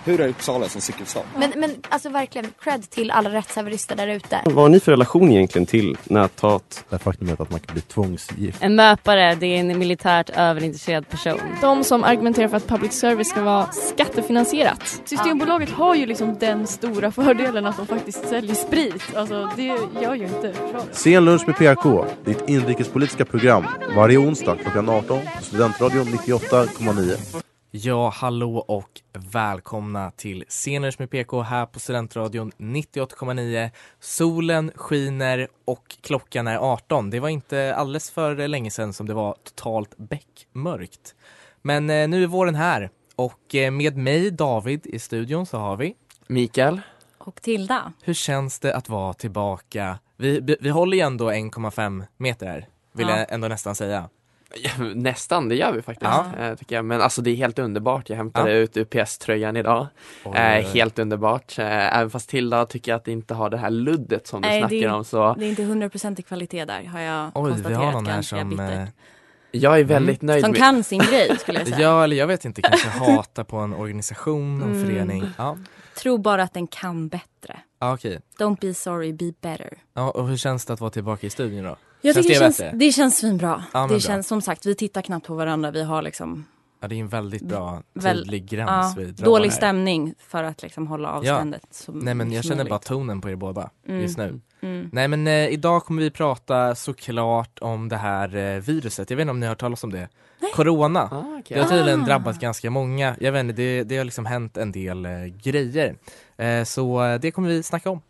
Hur är Uppsala som cykelstad? Men alltså verkligen cred till alla rättshaverister där ute. Vad har ni för relation egentligen till näthat? Det faktumet att man kan bli tvångsgift. En möpare, det är en militärt överintresserad person. De som argumenterar för att public service ska vara skattefinansierat. Systembolaget har ju liksom den stora fördelen att de faktiskt säljer sprit. Alltså det gör ju inte försvaret. Sen lunch med PRK, ditt inrikespolitiska program. Varje onsdag klockan 18 på Studentradion 98,9. Ja, hallå och välkomna till Sceners med PK här på Studentradion 98,9. Solen skiner och klockan är 18. Det var inte alldeles för länge sedan som det var totalt bäckmörkt. Men nu är våren här och med mig, David, i studion så har vi Mikael Och Tilda. Hur känns det att vara tillbaka? Vi håller ju ändå 1,5 meter här, vill jag ändå nästan säga. Ja, nästan, det gör vi faktiskt, tycker jag. Men alltså det är helt underbart. Jag hämtade ut UPS-tröjan idag. Helt underbart. Även fast Tilda tycker att det inte har det här luddet som du snackar om. Så... Det är inte 100% kvalitet där, har jag konstaterat. Vi har någon här som... Jag är väldigt nöjd som med... kan sin grej, skulle jag säga. Ja, eller jag vet inte, kanske hata på en organisation, en förening. Ja. Tror bara att den kan bättre. Okej. Don't be sorry, be better. Ja, och hur känns det att vara tillbaka i studion då? Jag tycker det känns svinbra. Ja, det känns, som sagt, vi tittar knappt på varandra. Vi har liksom... Ja, det är en väldigt bra tydlig gräns. Dålig stämning för att liksom hålla avståndet. Ja. Nej, men jag känner bara tonen på er båda just nu. Nej, men idag kommer vi prata såklart om det här viruset. Jag vet inte om ni har hört talas om det. Nej. Corona. Okay. Det har tydligen drabbat ganska många. Jag vet inte, det har liksom hänt en del grejer. Så det kommer vi snacka om.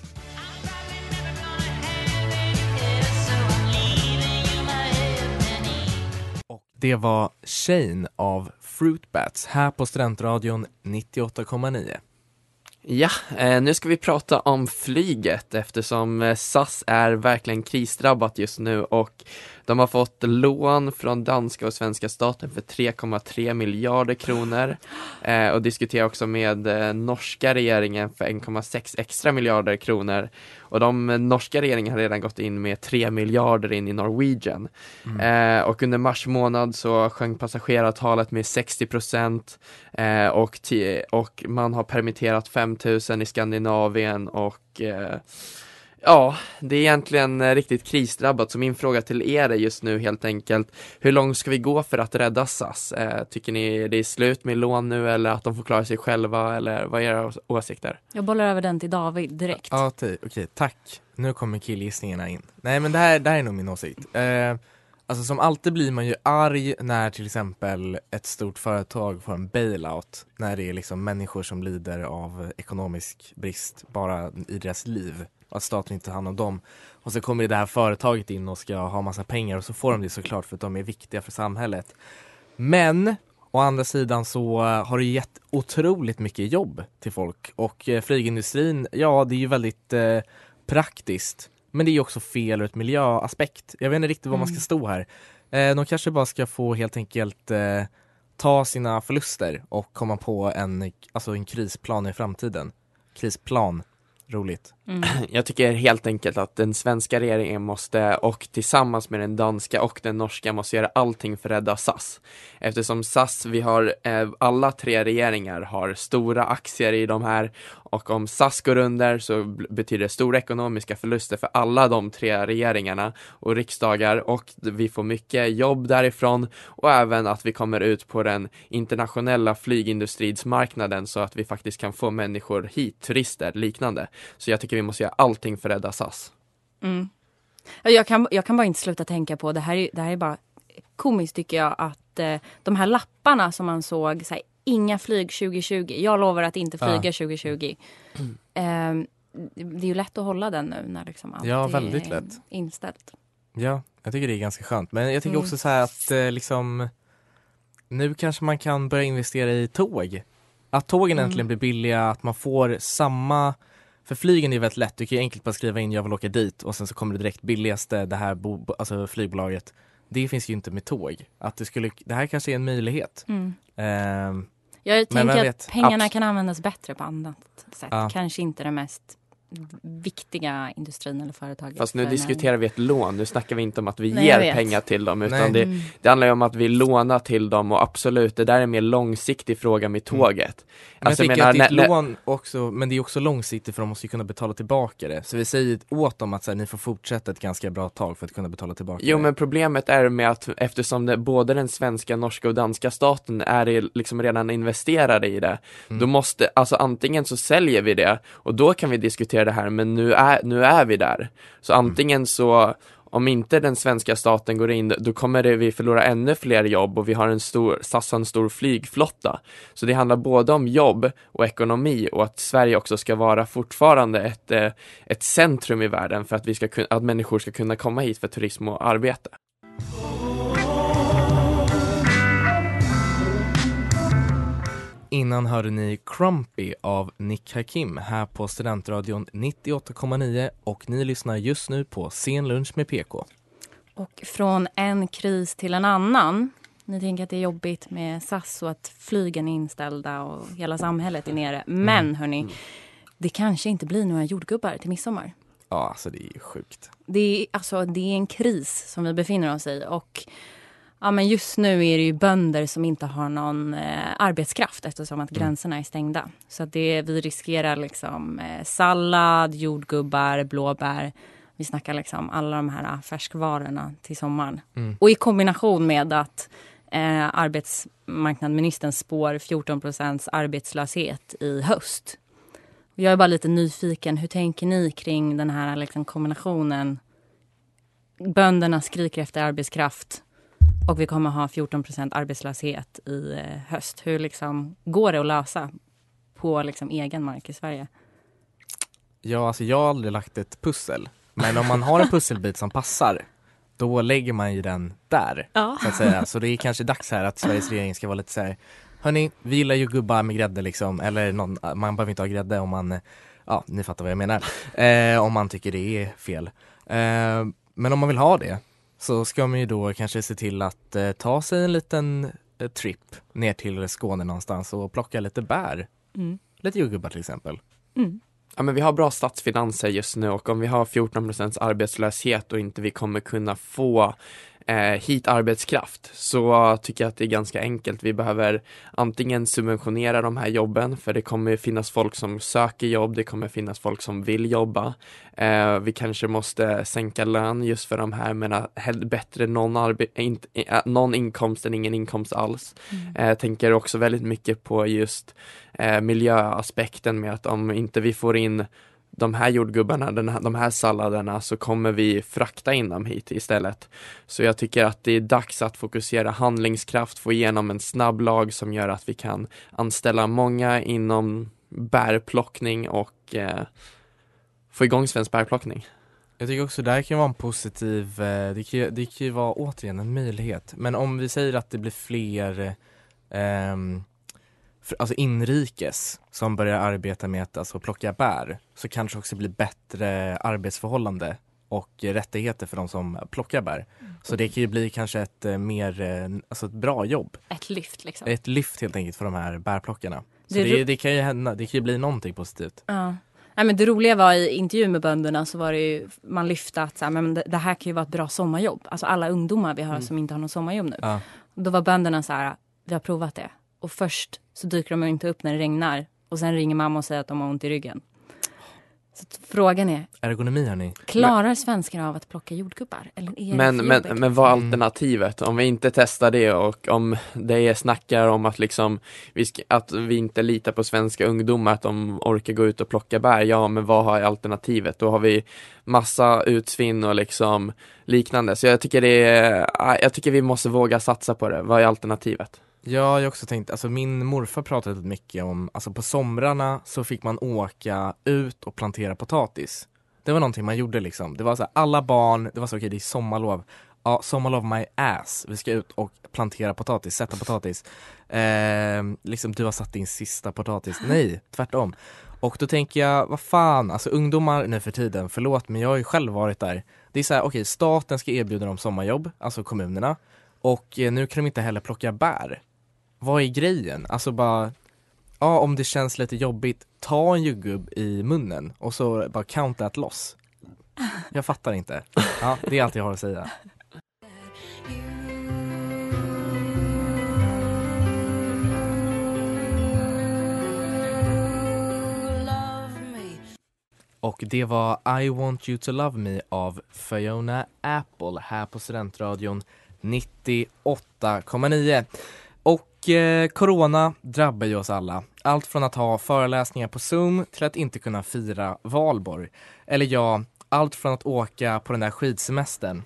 Det var Shane av Fruit Bats här på Studentradion 98,9. Ja, nu ska vi prata om flyget eftersom SAS är verkligen krisdrabbat just nu och de har fått lån från danska och svenska staten för 3,3 miljarder kronor och diskuterar också med norska regeringen för 1,6 extra miljarder kronor. Och de norska regeringen har redan gått in med 3 miljarder in i Norwegian. Och under mars månad så sjönk passagerartalet med 60% och man har permitterat 5 000 i Skandinavien och ja, det är egentligen riktigt krisdrabbat. Så min fråga till er är just nu helt enkelt, hur långt ska vi gå för att rädda SAS? Tycker ni det är slut med lån nu eller att de får klara sig själva eller vad är era åsikter? Jag bollar över den till David direkt. Ja, okej, tack. Nu kommer killgissningarna in. Nej, men det här är nog min åsikt. Alltså som alltid blir man ju arg när till exempel ett stort företag får en bailout. När det är liksom människor som lider av ekonomisk brist bara i deras liv. Att staten inte tar hand om dem. Och så kommer det här företaget in och ska ha massa pengar. Och så får de det såklart för att de är viktiga för samhället. Men å andra sidan så har det gett otroligt mycket jobb till folk. Och flygindustrin, ja det är ju väldigt praktiskt. Men det är ju också fel ur ett miljöaspekt. Jag vet inte riktigt vad man ska stå här. De kanske bara ska få helt enkelt ta sina förluster och komma på en krisplan i framtiden. Krisplan. Roligt. Jag tycker helt enkelt att den svenska regeringen måste och tillsammans med den danska och den norska måste göra allting för att rädda SAS. Eftersom SAS, vi har alla 3 regeringar har stora aktier i de här och om SAS går under så betyder det stora ekonomiska förluster för alla de 3 regeringarna och riksdagar och vi får mycket jobb därifrån och även att vi kommer ut på den internationella flygindustridsmarknaden så att vi faktiskt kan få människor hit, turister, liknande. Så jag tycker vi måste göra allting för att rädda SAS. Jag kan bara inte sluta tänka på, det här är bara komiskt tycker jag, att de här lapparna som man såg, så här, inga flyg 2020, jag lovar att inte flyga 2020. Det är ju lätt att hålla den nu när liksom allt väldigt är lätt. Inställt. Ja, jag tycker det är ganska skönt. Men jag tycker också så här att liksom, nu kanske man kan börja investera i tåg. Att tågen äntligen blir billiga, att man får samma... För flygen är väldigt lätt, du kan ju enkelt bara skriva in jag vill åka dit och sen så kommer det direkt billigaste det här flygbolaget. Det finns ju inte med tåg. Att det här kanske är en möjlighet. Jag tänker att pengarna kan användas bättre på annat sätt. Kanske inte det mest viktiga industrin eller företaget. Fast nu för diskuterar vi ett lån. Nu snackar vi inte om att vi Nej, jag ger vet. pengar till dem. Nej. Utan det handlar ju om att vi lånar till dem. Och absolut, det där är en mer långsiktig fråga med tåget. Men Alltså, jag tycker att det är när- ett lån också, men det är också långsiktigt för de måste ju kunna betala tillbaka det. Så vi säger åt dem att så här, ni får fortsätta ett ganska bra tag för att kunna betala tillbaka Jo, det. men problemet är med att eftersom både den svenska, norska och danska staten är liksom redan investerade i det, då måste, alltså antingen så säljer vi det och då kan vi diskutera det här, men nu är vi där. Så antingen så, om inte den svenska staten går in, då kommer vi förlora ännu fler jobb och vi har SAS har en stor flygflotta. Så det handlar både om jobb och ekonomi och att Sverige också ska vara fortfarande ett centrum i världen för att att människor ska kunna komma hit för turism och arbete. Innan hörde ni Crumpy av Nick Hakim här på Studentradion 98,9 och ni lyssnar just nu på Sen lunch med PK. Och från en kris till en annan. Ni tänker att det är jobbigt med SAS och att flygen är inställda och hela samhället är nere. Men hörni, det kanske inte blir några jordgubbar till midsommar. Ja, alltså det är ju sjukt. Det är en kris som vi befinner oss i och ja, men just nu är det ju bönder som inte har någon arbetskraft eftersom att gränserna är stängda. Så att vi riskerar liksom sallad, jordgubbar, blåbär. Vi snackar liksom alla de här färskvarorna till sommaren. Och i kombination med att arbetsmarknadsministern spår 14% arbetslöshet i höst. Jag är bara lite nyfiken. Hur tänker ni kring den här liksom kombinationen? Bönderna skriker efter arbetskraft och vi kommer ha 14% arbetslöshet i höst. Hur liksom går det att lösa på liksom egen mark i Sverige? Ja, alltså jag har aldrig lagt ett pussel. Men om man har en pusselbit som passar, då lägger man ju den där. Ja. Så att säga. Så det är kanske dags här att Sveriges regering ska vara lite så här: hörni, vi gillar ju gubbar med grädde liksom. Eller man behöver inte ha grädde om man, ja, ni fattar vad jag menar. Om man tycker det är fel. Men om man vill ha det så ska man ju då kanske se till att ta sig en liten trip ner till Skåne någonstans och plocka lite bär. Lite jordgubbar till exempel. Ja, men vi har bra statsfinanser just nu och om vi har 14% arbetslöshet och inte vi kommer kunna få hit arbetskraft så tycker jag att det är ganska enkelt. Vi behöver antingen subventionera de här jobben för det kommer finnas folk som söker jobb, det kommer finnas folk som vill jobba. Vi kanske måste sänka lön just för de här men bättre någon inkomst än ingen inkomst alls. Jag tänker också väldigt mycket på just miljöaspekten med att om inte vi får in de här jordgubbarna, de här salladerna så kommer vi frakta in dem hit istället. Så jag tycker att det är dags att fokusera handlingskraft, få igenom en snabb lag som gör att vi kan anställa många inom bärplockning och få igång svensk bärplockning. Jag tycker också det här kan vara en positiv, det kan ju vara återigen en möjlighet. Men om vi säger att det blir fler alltså inrikes som börjar arbeta med att alltså plocka bär så kanske också blir bättre arbetsförhållande och rättigheter för de som plockar bär. Så det kan ju bli kanske ett ett bra jobb. Ett lyft liksom. Ett lyft helt enkelt för de här bärplockarna. Så det kan ju hända, det kan ju bli någonting positivt. Ja. Nej, men det roliga var i intervjun med bönderna så var det ju, man lyfte att så här, men det här kan ju vara ett bra sommarjobb. Alltså alla ungdomar vi har som inte har någon sommarjobb nu. Ja. Då var bönderna så här, vi har provat det. Och först så dyker de inte upp när det regnar. Och sen ringer mamma och säger att de har ont i ryggen. Så frågan är, Ergonomi hörni. klarar svenskar av att plocka jordgubbar? Eller är det för Men vad är alternativet? Om vi inte testar det och om det snackar om att liksom att vi inte litar på svenska ungdomar att de orkar gå ut och plocka bär, ja men vad har alternativet? Då har vi massa utsvinn och liksom liknande. Så jag tycker vi måste våga satsa på det. Vad är alternativet? Ja, jag har också tänkt, alltså min morfar pratade mycket om, alltså på somrarna så fick man åka ut och plantera potatis. Det var någonting man gjorde liksom. Det var så här, alla barn, det var så okej, det är sommarlov. Ja, sommarlov my ass. Vi ska ut och plantera potatis, sätta potatis. Liksom du har satt din sista potatis. Nej, tvärtom. Och då tänker jag, vad fan, alltså ungdomar nu för tiden, förlåt men jag har ju själv varit där. Det är så här, okej, staten ska erbjuda dem sommarjobb, alltså kommunerna. Och nu kan de inte heller plocka bär. Vad är grejen? Alltså bara, ja, om det känns lite jobbigt, ta en jordgubb i munnen och så bara count that loss. Jag fattar inte. Ja, det är allt jag har att säga. Och det var I Want You To Love Me av Fiona Apple här på Studentradion 98,9. Och corona drabbar ju oss alla. Allt från att ha föreläsningar på Zoom till att inte kunna fira valborg. Eller ja, allt från att åka på den där skidsemestern.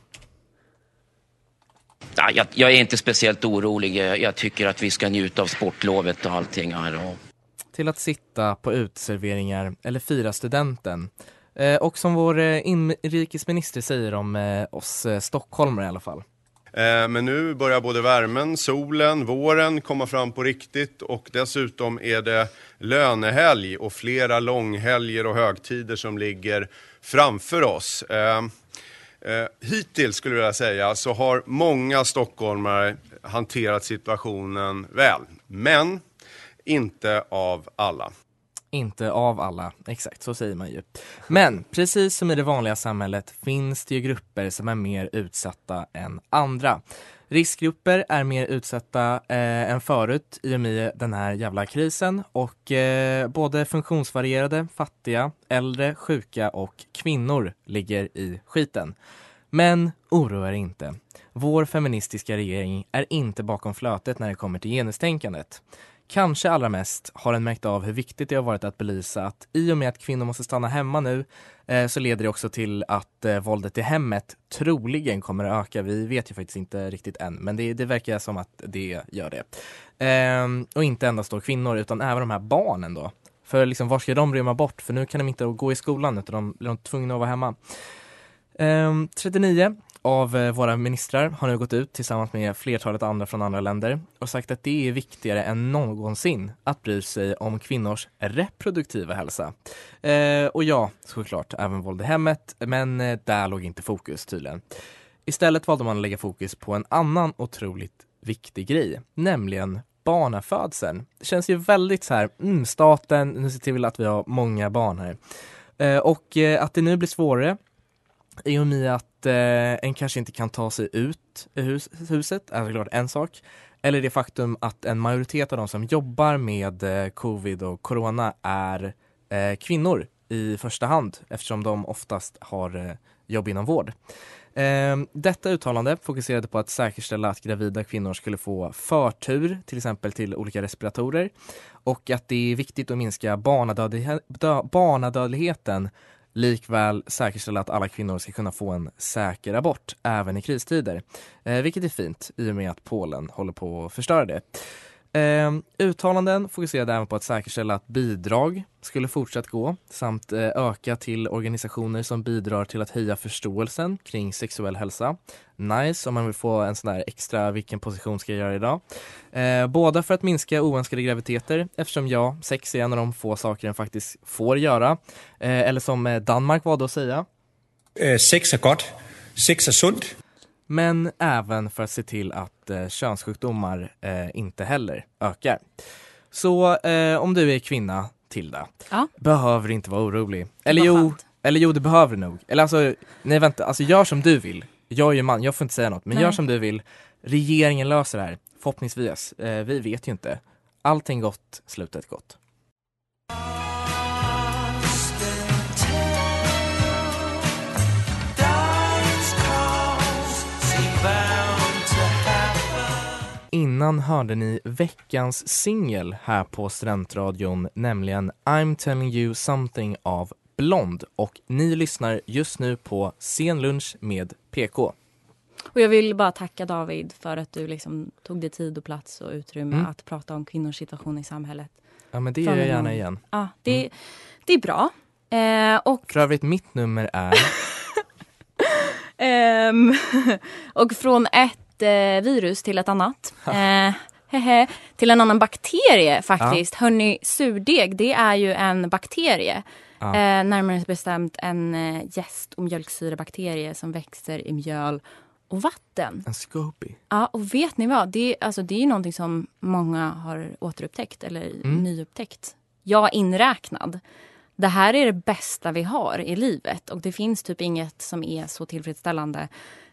Ja, jag är inte speciellt orolig. Jag tycker att vi ska njuta av sportlovet och allting här. Till att sitta på utserveringar eller fira studenten. Och som vår inrikesminister säger om oss stockholmare i alla fall. Men nu börjar både värmen, solen, våren komma fram på riktigt och dessutom är det lönehelg och flera långhelger och högtider som ligger framför oss. Hittills skulle jag säga så har många stockholmare hanterat situationen väl, men inte av alla. Inte av alla, exakt så säger man ju. Men precis som i det vanliga samhället finns det ju grupper som är mer utsatta än andra. Riskgrupper är mer utsatta än förut i och med den här jävla krisen och både funktionsvarierade, fattiga, äldre, sjuka och kvinnor ligger i skiten. Men oroa er inte. Vår feministiska regering är inte bakom flötet när det kommer till genustänkandet. Kanske allra mest har den märkt av hur viktigt det har varit att belysa att i och med att kvinnor måste stanna hemma nu så leder det också till att våldet i hemmet troligen kommer att öka. Vi vet ju faktiskt inte riktigt än, men det verkar som att det gör det. Och inte endast då kvinnor utan även de här barnen då. För liksom, var ska de rymma bort? För nu kan de inte gå i skolan utan de blir tvungna att vara hemma. 39 av våra ministrar har nu gått ut tillsammans med flertalet andra från andra länder och sagt att det är viktigare än någonsin att bry sig om kvinnors reproduktiva hälsa. Och ja, såklart, även våld i hemmet, men där låg inte fokus tydligen. Istället valde man att lägga fokus på en annan otroligt viktig grej, nämligen barnafödseln. Det känns ju väldigt så här, staten, nu ser till att vi har många barn här. Och att det nu blir svårare i och med att en kanske inte kan ta sig ut ur huset är såklart en sak. Eller det faktum att en majoritet av de som jobbar med covid och corona är kvinnor i första hand eftersom de oftast har jobb inom vård. Detta uttalande fokuserade på att säkerställa att gravida kvinnor skulle få förtur till exempel till olika respiratorer och att det är viktigt att minska barnadödligheten likväl säkerställa att alla kvinnor ska kunna få en säker abort även i kristider. Vilket är fint i och med att Polen håller på att förstöra det. Uttalanden fokuserade även på att säkerställa att bidrag skulle fortsatt gå samt öka till organisationer som bidrar till att höja förståelsen kring sexuell hälsa. Nice om man vill få en sån där extra vilken position ska jag göra idag. Båda för att minska oönskade graviditeter eftersom sex är en av de få saker den faktiskt får göra. Eller som Danmark valde att säga. Sex är gott, sex är sunt. Men även för att se till att könssjukdomar inte heller ökar. Så om du är kvinna, Tilda, behöver inte vara orolig. Eller jo, det behöver nog. Eller alltså, nej vänta, alltså gör som du vill. Jag är ju man, jag får inte säga något. Men gör som du vill. Regeringen löser det här. Förhoppningsvis. Vi vet ju inte. Allting gott, slutet gott. Innan hörde ni veckans singel här på Studentradion, nämligen I'm Telling You Something av Blond. Och ni lyssnar just nu på Sen lunch med PK. Och jag vill bara tacka David för att du liksom tog dig tid och plats och utrymme att prata om kvinnors situation i samhället. Ja, men det gör jag gärna igen. Ja, det är bra. Och för övrigt, mitt nummer är... och från ett virus till ett annat. Till en annan bakterie faktiskt. Hörrni, surdeg, det är ju en bakterie. Närmare bestämt en jäst- och mjölksyrebakterie som växer i mjöl och vatten. En Scopy. Ja, och vet ni vad? Det är ju någonting som många har återupptäckt eller nyupptäckt. Jag inräknad. Det här är det bästa vi har i livet. Och det finns typ inget som är så tillfredsställande.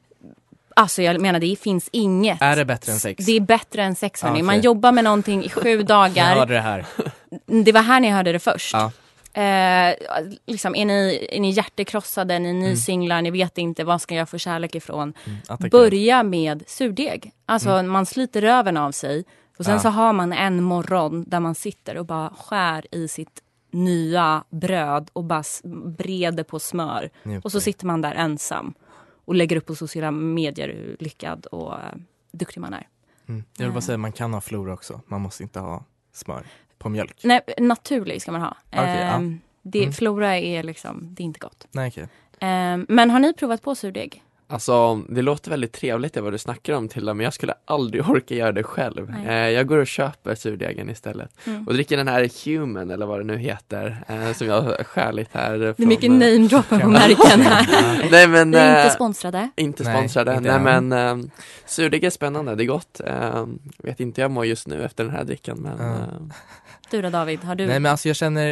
Alltså jag menar, det finns inget. Är det bättre än sex? Det är bättre än sex, hörni. Okay. Man jobbar med någonting i 7 dagar. Jag hörde det här. Det var här ni hörde det först. Ja. Liksom, är ni hjärtekrossade, ni är nysinglar, ni vet inte vad ska jag få kärlek ifrån. Börja med surdeg. Alltså man sliter röven av sig. Och sen så har man en morgon där man sitter och bara skär i sitt nya bröd och bara breder på smör. Och så sitter man där ensam och lägger upp på sociala medier hur lyckad och duktig man är. Jag vill bara säga, man kan ha flora också. Man måste inte ha smör på mjölk. Nej, naturlig ska man ha. Okay, Flora är liksom, det är inte gott. Nej, okay. Men har ni provat på surdeg? Alltså, det låter väldigt trevligt vad du snackar om till, men jag skulle aldrig orka göra det själv. Jag går och köper surdegen istället. Och dricker den här Human, eller vad det nu heter, som jag har skärligt här. Det är mycket name-droppar på märken här. Nej, men, vi är inte sponsrade. Inte sponsrade. Nej, men surdeg är spännande, det är gott. Vet inte jag mår just nu efter den här drickan, men... Du då, David, har du... Nej, men alltså jag känner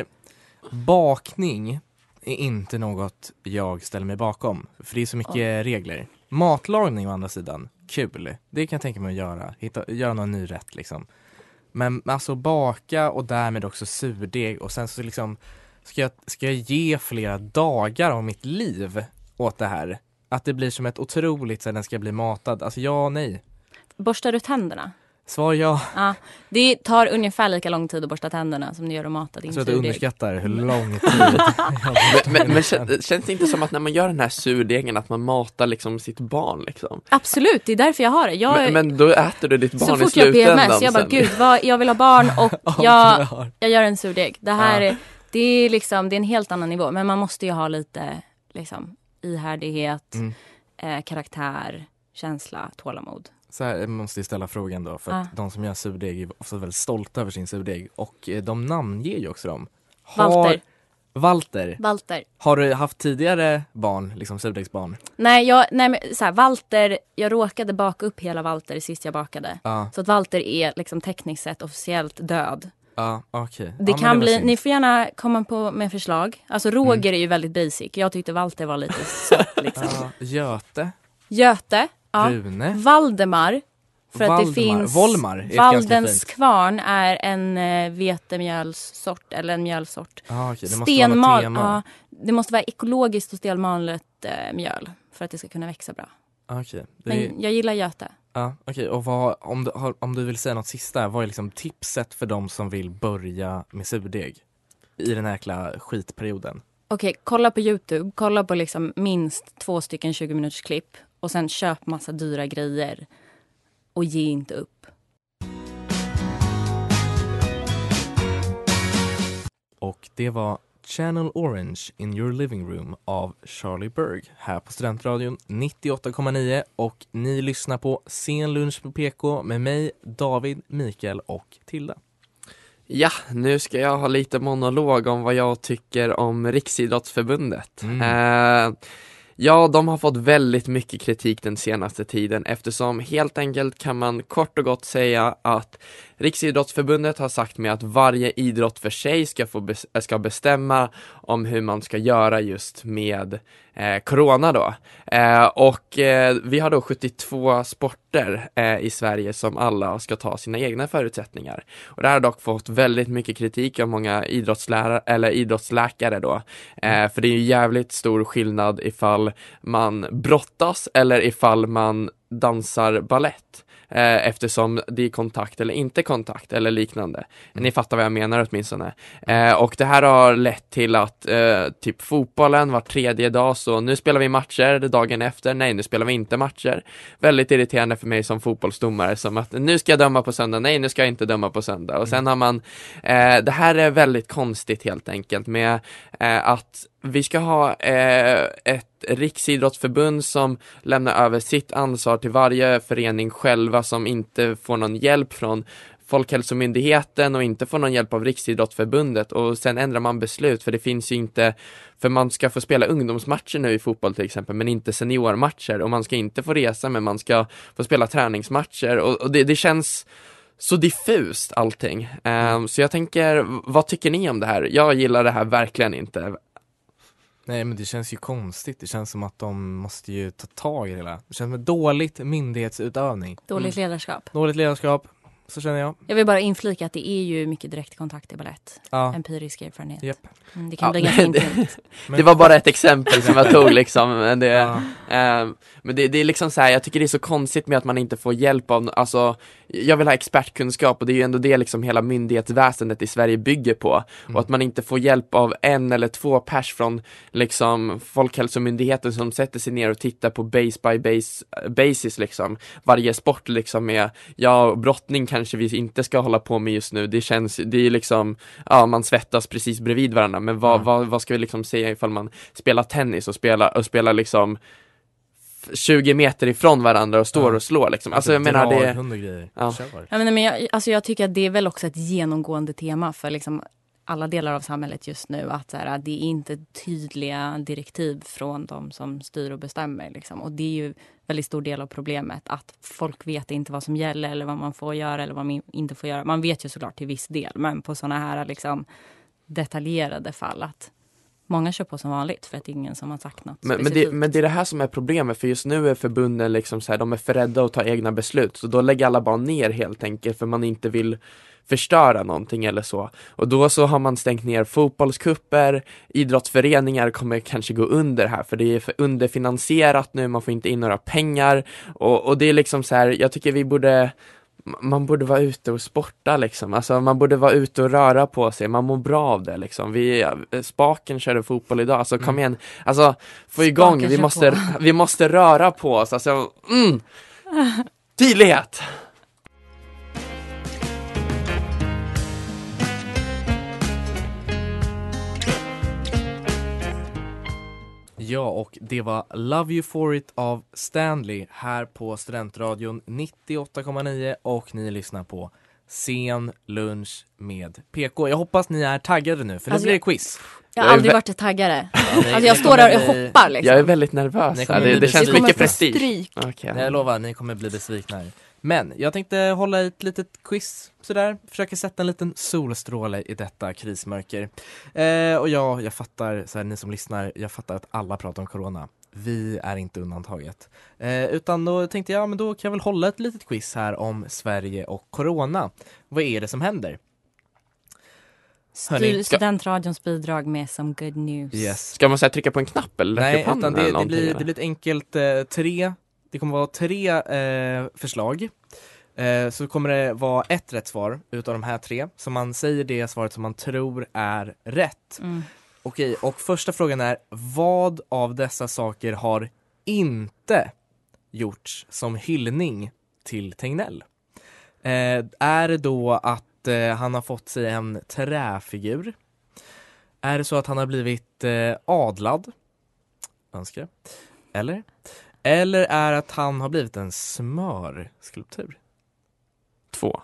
bakning är inte något jag ställer mig bakom. För det är så mycket regler. Matlagning å andra sidan, kul. Det kan jag tänka mig att göra. Göra någon ny rätt liksom. Men alltså baka och därmed också surdeg. Och sen så liksom ska jag ge flera dagar av mitt liv åt det här. Att det blir som ett otroligt så den ska bli matad. Alltså ja, nej. Borstar du tänderna? Svar ja. Ja, det tar ungefär lika lång tid att borsta tänderna som det gör att mata din surdeg. Så du underskattar hur lång tid. men känns det inte som att när man gör den här surdegen att man matar liksom sitt barn liksom? Absolut, det är därför jag har det. Men då äter du ditt barn så i fort slutändan. Jag PMS, jag bara gud, jag vill ha barn och jag gör en surdeg. Det här det är liksom, det är en helt annan nivå. Men man måste ju ha lite liksom ihärdighet, karaktär, känsla, tålamod. Så här måste jag ställa frågan då, för att de som gör surdeg är ofta väldigt stolta över sin surdeg. Och de namnger ju också dem. Walter. Har du haft tidigare barn, liksom surdegsbarn? Nej men så här, Walter, jag råkade baka upp hela Walter sist jag bakade. Så att Walter är liksom tekniskt sett officiellt död. Ja, okej. Det kan bli, ni får gärna komma på med förslag. Alltså Roger är ju väldigt basic. Jag tyckte Walter var lite sött liksom. Göte. Ja. Rune. Valdemar. För att det finns... Volmar. Valdens kvarn är en vetemjölssort eller en mjölsort. Okay. Det måste vara tema. Det måste vara ekologiskt och stelmalet mjöl för att det ska kunna växa bra. Okay. Men jag gillar göte. Ja, okej. Och om du vill säga något sista, vad är liksom tipset för de som vill börja med surdeg i den här jäkla skitperioden? Okej, kolla på YouTube. Kolla på liksom minst 2 stycken 20 minuters klipp. Och sen köp massa dyra grejer. Och ge inte upp. Och det var Channel Orange in your living room av Charlie Berg här på Studentradion 98,9. Och ni lyssnar på Sen lunch på PK med mig, David, Mikael och Tilda. Ja, nu ska jag ha lite monolog om vad jag tycker om Riksidrottsförbundet. Ja, de har fått väldigt mycket kritik den senaste tiden eftersom helt enkelt kan man kort och gott säga att Riksidrottsförbundet har sagt med att varje idrott för sig ska bestämma om hur man ska göra just med corona då. Vi har då 72 sporter i Sverige som alla ska ta sina egna förutsättningar. Och det har dock fått väldigt mycket kritik av många idrottslärare eller idrottsläkare då. För det är ju jävligt stor skillnad ifall man brottas eller ifall man dansar ballett. Eftersom det är kontakt eller inte kontakt eller liknande. Ni fattar vad jag menar åtminstone. Och det här har lett till att typ fotbollen var 3:e dag, så nu spelar vi matcher dagen efter. Nej, nu spelar vi inte matcher. Väldigt irriterande för mig som fotbollsdomare, som att nu ska jag döma på söndag. Nej, nu ska jag inte döma på söndag. Och sen har man det här är väldigt konstigt helt enkelt med att vi ska ha ett riksidrottsförbund som lämnar över sitt ansvar till varje förening själva som inte får någon hjälp Folkhälsomyndigheten och inte får någon hjälp av Riksidrottsförbundet, och sen ändrar man beslut, för det finns ju inte, för man ska få spela ungdomsmatcher nu i fotboll till exempel, men inte seniormatcher, och man ska inte få resa, men man ska få spela träningsmatcher, och det känns så diffust allting. Så jag tänker, vad tycker ni om det här? Jag gillar det här verkligen inte. Nej, men det känns ju konstigt. Det känns som att de måste ju ta tag i det hela. Det känns som dåligt myndighetsutövning. Dåligt ledarskap. Dåligt ledarskap, så känner jag. Jag vill bara inflika att det är ju mycket direktkontakt i ballett. Ja. Empirisk erfarenhet. Yep. Det kan bli ganska intimt. Det var bara ett exempel som jag tog liksom. Men det är liksom så här, jag tycker det är så konstigt med att man inte får hjälp av, alltså jag vill ha expertkunskap, och det är ju ändå det liksom hela myndighetsväsendet i Sverige bygger på. Och att man inte får hjälp av 1 eller 2 pers från liksom Folkhälsomyndigheten som sätter sig ner och tittar på base by basis liksom. Varje sport liksom med, brottning kanske vi inte ska hålla på med just nu. Det är liksom, man svettas precis bredvid varandra. Men vad ska vi liksom säga ifall man spelar tennis och spelar liksom 20 meter ifrån varandra och står och slår liksom. Alltså jag menar det. Jag tycker att det är väl också ett genomgående tema för liksom alla delar av samhället just nu, att så här, det är inte tydliga direktiv från de som styr och bestämmer liksom. Och det är ju väldigt stor del av problemet, att folk vet inte vad som gäller eller vad man får göra eller vad man inte får göra. Man vet ju såklart till viss del, men på såna här liksom detaljerade fall att många kör på som vanligt för att ingen som har sagt något. Men det är det här som är problemet, för just nu är förbunden liksom så här, de är för rädda att ta egna beslut, så då lägger alla bara ner helt enkelt för man inte vill förstöra någonting eller så. Och då så har man stängt ner fotbollskupper, idrottsföreningar kommer kanske gå under här för det är för underfinansierat nu, man får inte in några pengar och det är liksom så här, jag tycker man borde vara ute och sporta liksom. Alltså man borde vara ute och röra på sig. Man mår bra av det liksom. Spaken körde fotboll idag. Alltså kom igen. Alltså få igång. Vi måste röra på oss. Alltså tydlighet. Ja, och det var Love You For It av Stanley här på Studentradion 98,9 och ni lyssnar på Sen lunch med PK. Jag hoppas ni är taggade nu, för nu blir det quiz. Jag har aldrig varit taggare. Jag står där och hoppar liksom. Jag är väldigt nervös. Det känns mycket prestige. Okay. Jag lovar, ni kommer bli besvikna. Men jag tänkte hålla ett litet quiz sådär. Försöka sätta en liten solstråle i detta krismörker. Och jag fattar, så här, ni som lyssnar, jag fattar att alla pratar om corona. Vi är inte undantaget. Utan då tänkte jag, men då kan jag väl hålla ett litet quiz här om Sverige och corona. Vad är det som händer? Studentradions bidrag med some good news. Yes. Ska man säga trycka på en knapp eller? Nej, utan det blir ett enkelt det kommer vara 3 förslag. Så kommer det vara ett rätt svar utav de här 3. Så man säger det svaret som man tror är rätt. Okej, och första frågan är: vad av dessa saker har inte gjorts som hyllning till Tegnell? Är det då att han har fått sig en träfigur? Är det så att han har blivit adlad? Önskar. Eller är att han har blivit en smörskulptur? 2.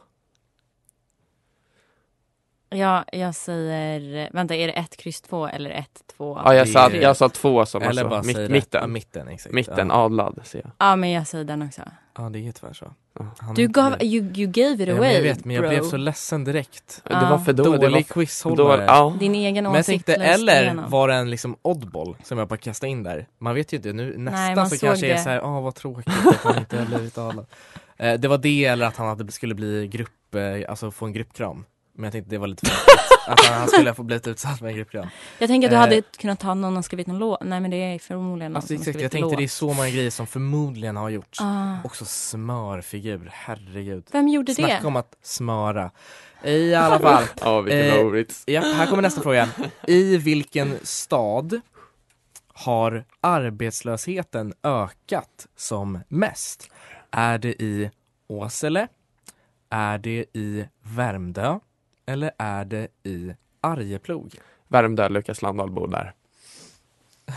Ja, jag säger... Vänta, är det 1, kryss 2 eller 1, 2? Ja, jag sa 2 som eller alltså, bara mitten. Ja, mitten, exakt. Mitten, adlad, ser jag. Ja, men jag säger den också. Ja, det är tyvärr så. You gave it away, men jag vet, men jag blev så ledsen direkt. Det var för dålig quizhållare. Din egen åsikt. Men jag tänkte, eller var det en liksom oddball som jag bara kastade in där? Man vet ju inte, nu nästan så kanske det är så här, vad tråkigt att han inte har blivit adlad. Det var det, eller att han skulle bli få en gruppkram. Men jag tänkte det var lite för att han skulle få blivit utsatt med en gruppkram. Jag tänker att du hade kunnat ta någon och skrivit en låt. Nej, men det är förmodligen någon som exakt, jag tänkte det är så många grejer som förmodligen har gjorts. Också smörfigur, herregud. Vem gjorde det? Snacka om att smöra. I alla fall. Ja, vilken roligt. Ja, här kommer nästa fråga. I vilken stad har arbetslösheten ökat som mest? Är det i Åsele? Är det i Värmdö? Eller är det i Arjeplog? Värmdö, Lukas Landahl bor där.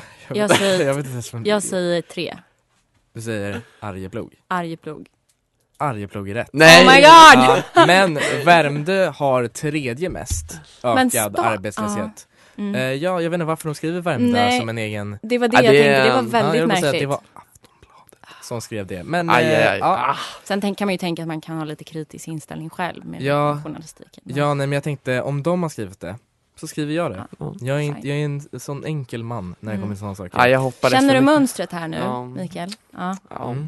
Jag säger 3. Du säger Arjeplog? Arjeplog. Arjeplog är rätt. Nej! Oh my god! Ja, men Värmdö har tredje mest ökad arbetslöshet. Ja, jag vet inte varför de skriver Värmdö som en egen... Det var det jag tänkte, det var väldigt märkligt. Det var Aftonbladet som skrev det. Men, Sen kan man ju tänka att man kan ha lite kritisk inställning själv med journalistiken. Ja, nej, men jag tänkte, om de har skrivit det så skriver jag det. Jag är en sån enkel man när det kommer till sådana saker. Jag Känner du mönstret här nu, Mikael? Ja.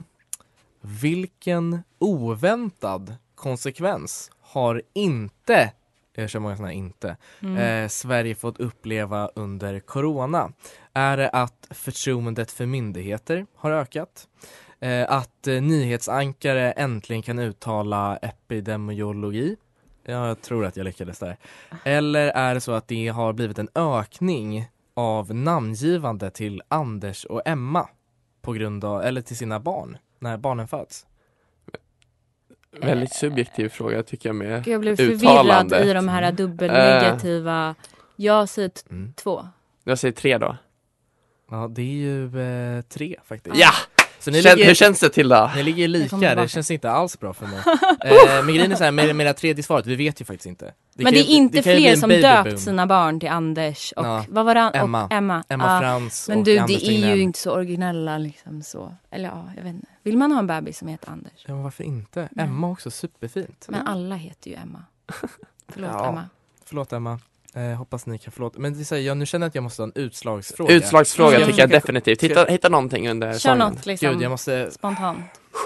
Vilken oväntad konsekvens har inte, jag kör många sådana inte, Sverige fått uppleva under corona? Är det att förtroendet för myndigheter har ökat? Att nyhetsankare äntligen kan uttala epidemiologi? Jag tror att jag lyckades där. Eller är det så att det har blivit en ökning av namngivande till Anders och Emma på grund av, eller till sina barn när barnen föds? Väldigt subjektiv fråga tycker jag med jag blev förvirrad i de här dubbelnegativa. Jag säger 2. Jag säger 3 då. Ja, det är ju 3 faktiskt. Ja! Så hur känns det till då? Ni ligger lika, det känns inte alls bra för mig. Men grejen är så här, med det tredje svaret, vi vet ju faktiskt inte. Men det är inte fler som döpt sina barn till Anders och vad var det? Emma Frans men och du, Anders det är ju inte så originella liksom så. Eller jag vet inte. Vill man ha en bebis som heter Anders? Ja, men varför inte? Emma också, superfint. Men alla heter ju Emma. Emma. Förlåt Emma. Hoppas ni kan förlåta. Men nu känner jag att jag måste ha en utslagsfråga. Utslagsfråga tycker jag definitivt. Hitta någonting under Kör sången. något liksom. Gud, jag måste... Spontant.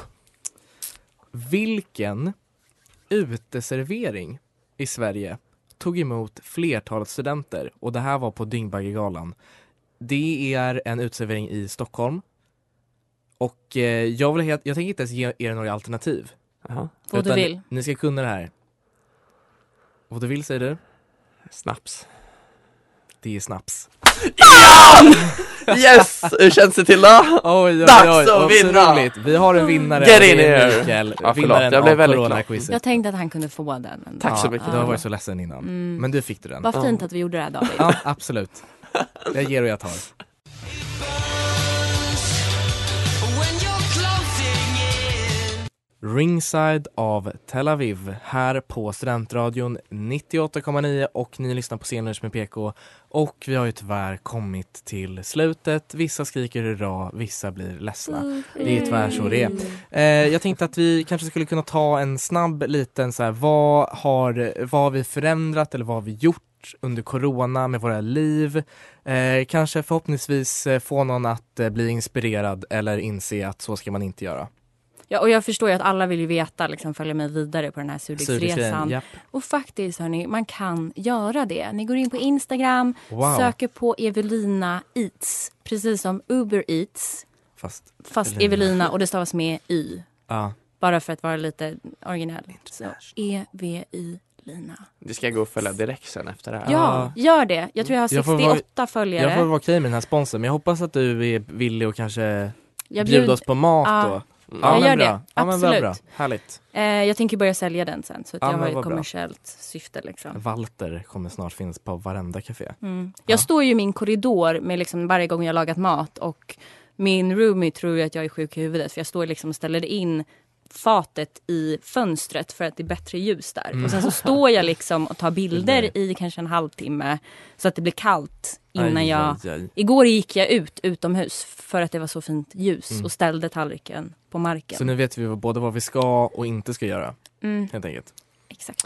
Vilken uteservering i Sverige tog emot flertalet studenter? Och det här var på Dyngbaggegalan. Det är en uteservering i Stockholm. Och jag tänker inte ens ge er några alternativ. Vad du vill. Ni ska kunna det här. Vad du vill, säger du? Snaps. Det är snaps. Yes! Hur känns det till då? Oj, dags att vinna! Roligt. Vi har en vinnare. Get in here! Mikael, Vinnaren jag blev väldigt glad. Jag tänkte att han kunde få den. Men tack så mycket. Du har varit så ledsen innan. Men du fick den. Vad fint att vi gjorde det här, David. Ja, absolut. Jag ger och jag tar. Ringside av Tel Aviv här på Studentradion 98,9 och ni lyssnar på Scenlunch med PK och vi har ju tyvärr kommit till slutet. Vissa skriker hurra, vissa blir ledsna. Det är tyvärr så det är. Jag tänkte att vi kanske skulle kunna ta en snabb liten så här, vad har vi förändrat eller vad har vi gjort under corona med våra liv? Kanske förhoppningsvis få någon att bli inspirerad eller inse att så ska man inte göra. Ja, och jag förstår ju att alla vill ju veta, liksom följa med vidare på den här surdegsresan. Yep. Och faktiskt, hörni, man kan göra det. Ni går in på Instagram, söker på Evelina Eats, precis som Uber Eats. Fast Evelina, och det stavas med Y. Bara för att vara lite originell. Så E-V-I-Lina. Det ska jag gå och följa direkt sen efter det här. Ja, gör det. Jag tror jag har 68 följare. Jag får vara okej med den här sponsorn, men jag hoppas att du är villig och kanske bjuda oss på mat då. Ja, jag gör det. Absolut. Bra. Härligt. Jag tänker börja sälja den sen. Så att jag har ett kommersiellt syfte. Liksom. Walter kommer snart finnas på varenda café. Jag står ju i min korridor med liksom varje gång jag lagat mat. Och min roomie tror ju att jag är sjuk i huvudet. För jag står liksom och ställer in fatet i fönstret för att det är bättre ljus där. Och sen så står jag liksom och tar bilder i kanske en halvtimme. Så att det blir kallt innan Igår gick jag utomhus för att det var så fint ljus och ställde tallriken på marken. Så nu vet vi både vad vi ska och inte ska göra. Helt enkelt. Exakt.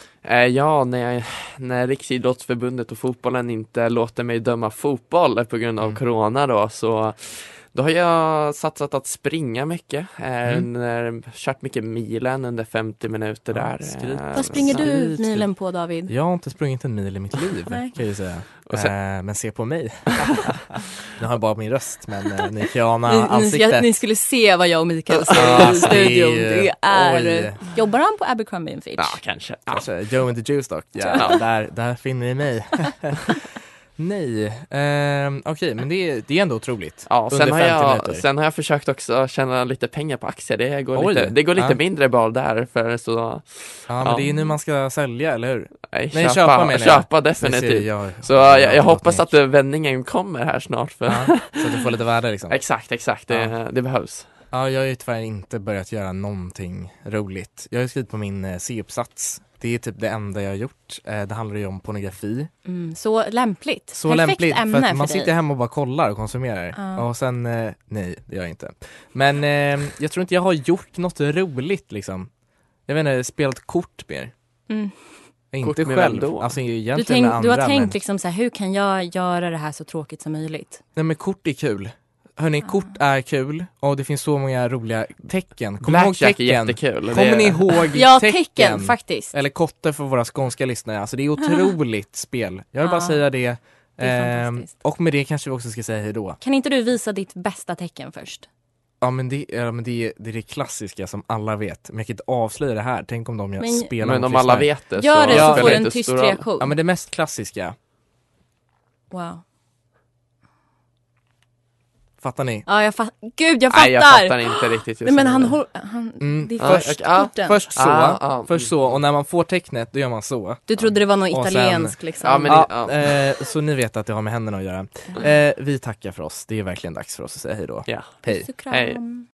När Riksidrottsförbundet och fotbollen inte låter mig döma fotboll på grund av corona då har jag satsat att springa mycket. Kört mycket milen under 50 minuter där. Vad springer du milen på, David? Jag har inte sprungit en mil i mitt liv, kan jag säga. Men se på mig. Nu har jag bara min röst, men ni kan ana ansiktet. Ni skulle se vad jag och Mikael säger i studion. Det är... Jobbar han på Abercrombie & Fitch? Ja, kanske. Joe and the Juice Dock. Ja, där finner ni mig. Nej, okej, men det är ändå otroligt. Ja, sen har jag försökt också tjäna lite pengar på aktier. Det går lite mindre bra där för så. Ja, men det är nu man ska sälja, eller hur? Nej, köpa definitivt. Så jag hoppas att vändningen kommer här snart. Så att du får lite värde liksom. Exakt, det behövs. Ja, jag har ju tyvärr inte börjat göra någonting roligt. Jag har skrivit på min C-uppsats. Det är typ det enda jag har gjort. Det handlar ju om pornografi. Så lämpligt. Så Perfekt lämpligt, ämne för att man dig. sitter hemma och bara kollar och konsumerar. Och sen, nej, det gör jag inte. Men jag tror inte jag har gjort något roligt liksom. Jag vet inte, spelat kort mer. Inte Kort med själv. vem då? Alltså egentligen med andra. Du har tänkt men... liksom så här, hur kan jag göra det här så tråkigt som möjligt? Nej, men kort är kul. Hörrni, kort är kul och det finns så många roliga tecken. Blackjack är jättekul. Kommer ni ihåg Ja, tecken faktiskt. Eller kotter för våra skånska lyssnare. Alltså det är otroligt spel. Jag vill bara säga det. Det är fantastiskt. Och med det kanske vi också ska säga hej då. Kan inte du visa ditt bästa tecken först? Ja, men det är det klassiska som alla vet. Men jag kan inte avslöja det här. Tänk om spelar. Men om alla vet det gör det så spelar får du inte en tyst stor roll. reaktion. Ja, men det mest klassiska. Wow. Fattar ni? Ja, jag fattar. Gud, jag fattar! Nej, jag fattar inte riktigt. Nej, men han det är Först så, och när man får tecknet, då gör man så. Du trodde det var något Och italiensk sen, liksom. Så ni vet att det har med händerna att göra. Vi tackar för oss. Det är verkligen dags för oss att säga hej då. Ja. Hej. Hej.